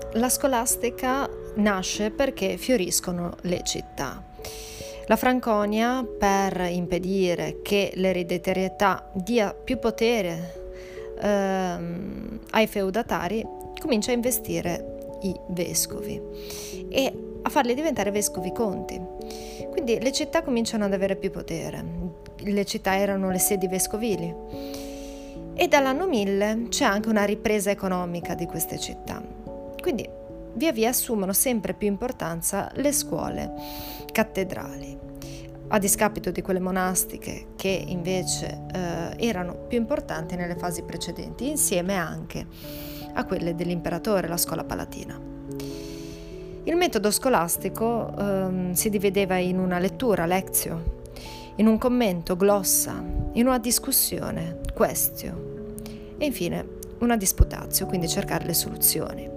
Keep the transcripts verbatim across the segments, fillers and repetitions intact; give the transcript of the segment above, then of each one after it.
La scolastica nasce perché fioriscono le città. La Franconia, per impedire che l'ereditarietà dia più potere ehm, ai feudatari, comincia a investire i vescovi e a farli diventare vescovi conti. Quindi le città cominciano ad avere più potere. Le città erano le sedi vescovili. E dall'anno mille c'è anche una ripresa economica di queste città. Quindi via via assumono sempre più importanza le scuole cattedrali, a discapito di quelle monastiche che invece eh, erano più importanti nelle fasi precedenti, insieme anche a quelle dell'imperatore, la scuola palatina. Il metodo scolastico eh, si divideva in una lettura, lectio, in un commento, glossa, in una discussione, questio, e infine una disputatio, quindi cercare le soluzioni.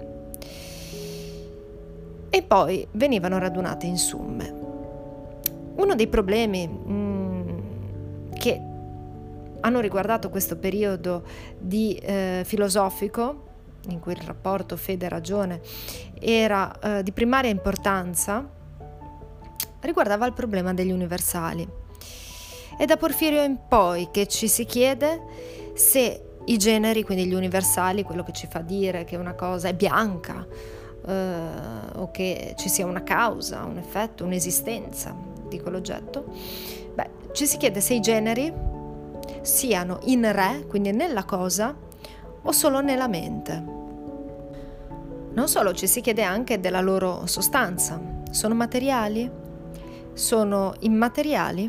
E poi venivano radunate in summe. Uno dei problemi mh, che hanno riguardato questo periodo di eh, filosofico, in cui il rapporto fede-ragione era eh, di primaria importanza, riguardava il problema degli universali. È da Porfirio in poi che ci si chiede se i generi, quindi gli universali, quello che ci fa dire che una cosa è bianca, Uh, o che ci sia una causa, un effetto, un'esistenza di quell'oggetto, beh, ci si chiede se i generi siano in re, quindi nella cosa, o solo nella mente. Non solo, ci si chiede anche della loro sostanza. Sono materiali? Sono immateriali?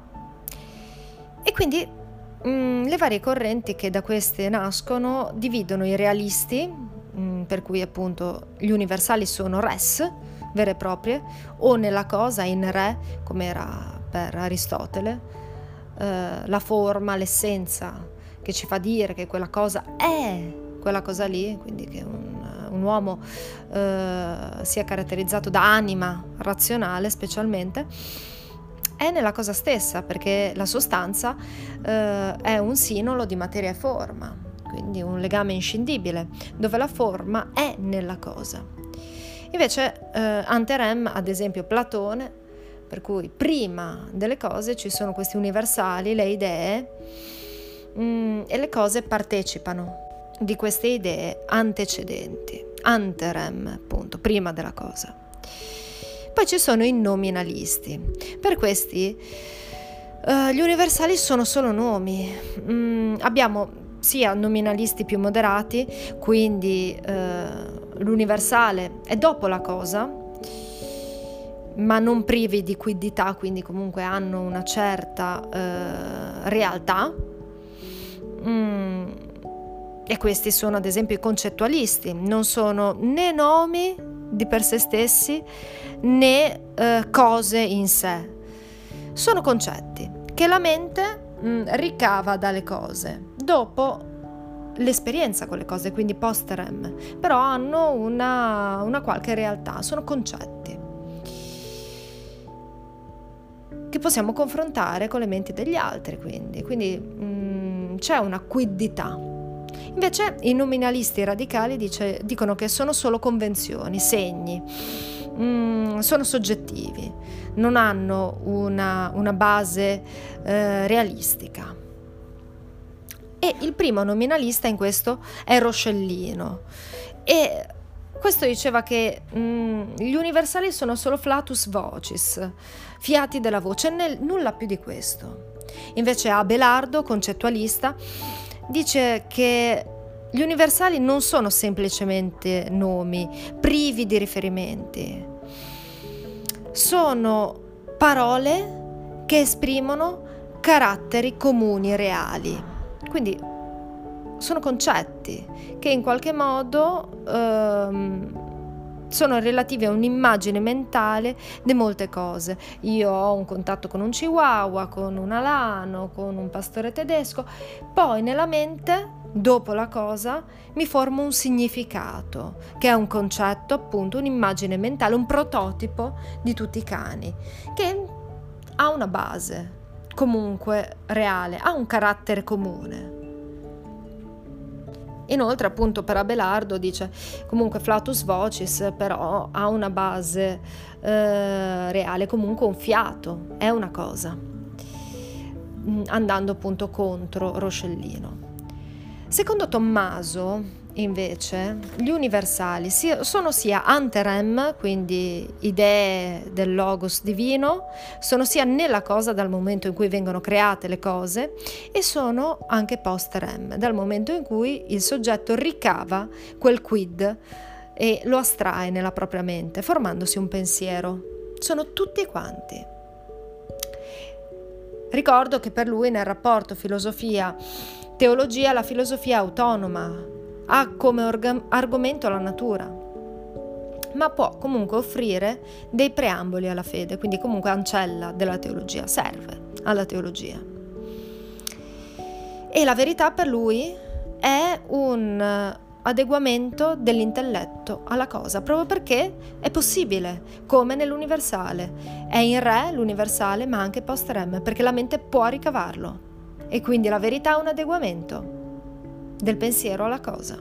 E quindi mh, le varie correnti che da queste nascono dividono i realisti, per cui appunto gli universali sono res, vere e proprie, o nella cosa, in re, come era per Aristotele, eh, la forma, l'essenza che ci fa dire che quella cosa è quella cosa lì, quindi che un, un uomo eh, sia caratterizzato da anima razionale specialmente, è nella cosa stessa, perché la sostanza eh, è un sinolo di materia e forma, quindi un legame inscindibile, dove la forma è nella cosa. Invece eh, ante rem, ad esempio Platone, per cui prima delle cose ci sono questi universali, le idee, mh, e le cose partecipano di queste idee antecedenti, ante rem, appunto, prima della cosa. Poi ci sono i nominalisti. Per questi uh, gli universali sono solo nomi. Mm, abbiamo sia nominalisti più moderati, quindi eh, l'universale è dopo la cosa, ma non privi di quiddità, quindi comunque hanno una certa eh, realtà. Mm, e questi sono ad esempio i concettualisti, non sono né nomi di per sé stessi né eh, cose in sé, sono concetti che la mente mh, ricava dalle cose dopo l'esperienza con le cose, quindi post rem, però hanno una, una qualche realtà, sono concetti che possiamo confrontare con le menti degli altri, quindi, quindi mh, c'è una quiddità. Invece i nominalisti radicali dice, dicono che sono solo convenzioni, segni, mh, sono soggettivi, non hanno una, una base eh, realistica. E il primo nominalista in questo è Roscellino, e questo diceva che mh, gli universali sono solo flatus vocis, fiati della voce, nel, nulla più di questo. Invece Abelardo, concettualista, dice che gli universali non sono semplicemente nomi privi di riferimenti, sono parole che esprimono caratteri comuni reali. Quindi sono concetti che in qualche modo ehm, sono relativi a un'immagine mentale di molte cose. Io ho un contatto con un chihuahua, con un alano, con un pastore tedesco, poi nella mente, dopo la cosa, mi formo un significato, che è un concetto, appunto, un'immagine mentale, un prototipo di tutti i cani, che ha una base comunque reale, ha un carattere comune. Inoltre, appunto, per Abelardo dice comunque flatus vocis, però ha una base eh, reale, comunque un fiato, è una cosa, andando appunto contro Roscellino. Secondo Tommaso, invece, gli universali sono sia anterem, quindi idee del logos divino, sono sia nella cosa dal momento in cui vengono create le cose, e sono anche post-rem, dal momento in cui il soggetto ricava quel quid e lo astrae nella propria mente, formandosi un pensiero. Sono tutti quanti. Ricordo che per lui nel rapporto filosofia-teologia la filosofia è autonoma, ha come orga- argomento la natura, ma può comunque offrire dei preamboli alla fede, quindi comunque ancella della teologia, serve alla teologia. E la verità per lui è un adeguamento dell'intelletto alla cosa, proprio perché è possibile, come nell'universale. È in re l'universale, ma anche post-rem, perché la mente può ricavarlo. E quindi la verità è un adeguamento del pensiero alla cosa.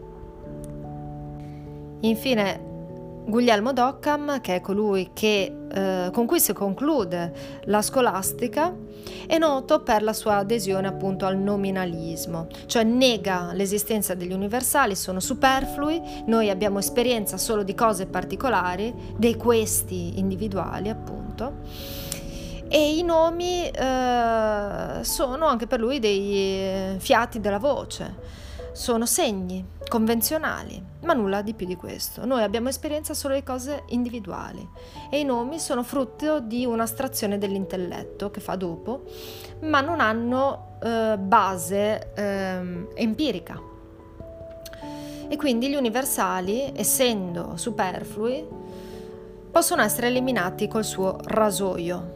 Infine, Guglielmo d'Occam, che è colui che, eh, con cui si conclude la scolastica, è noto per la sua adesione appunto al nominalismo, cioè nega l'esistenza degli universali, sono superflui, noi abbiamo esperienza solo di cose particolari, dei questi individuali appunto. E i nomi eh, sono anche per lui dei fiati della voce, sono segni convenzionali, ma nulla di più di questo. Noi abbiamo esperienza solo di cose individuali e i nomi sono frutto di un'astrazione dell'intelletto che fa dopo, ma non hanno eh, base eh, empirica. E quindi gli universali, essendo superflui, possono essere eliminati col suo rasoio.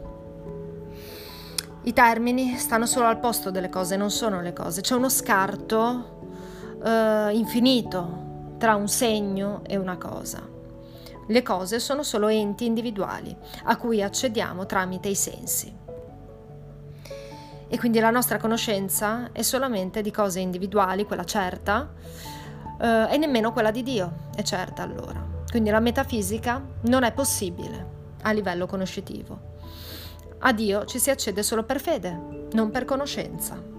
I termini stanno solo al posto delle cose, non sono le cose. C'è uno scarto eh, infinito tra un segno e una cosa. Le cose sono solo enti individuali a cui accediamo tramite i sensi. E quindi la nostra conoscenza è solamente di cose individuali, quella certa, eh, e nemmeno quella di Dio è certa allora. Quindi la metafisica non è possibile a livello conoscitivo. A Dio ci si accede solo per fede, non per conoscenza.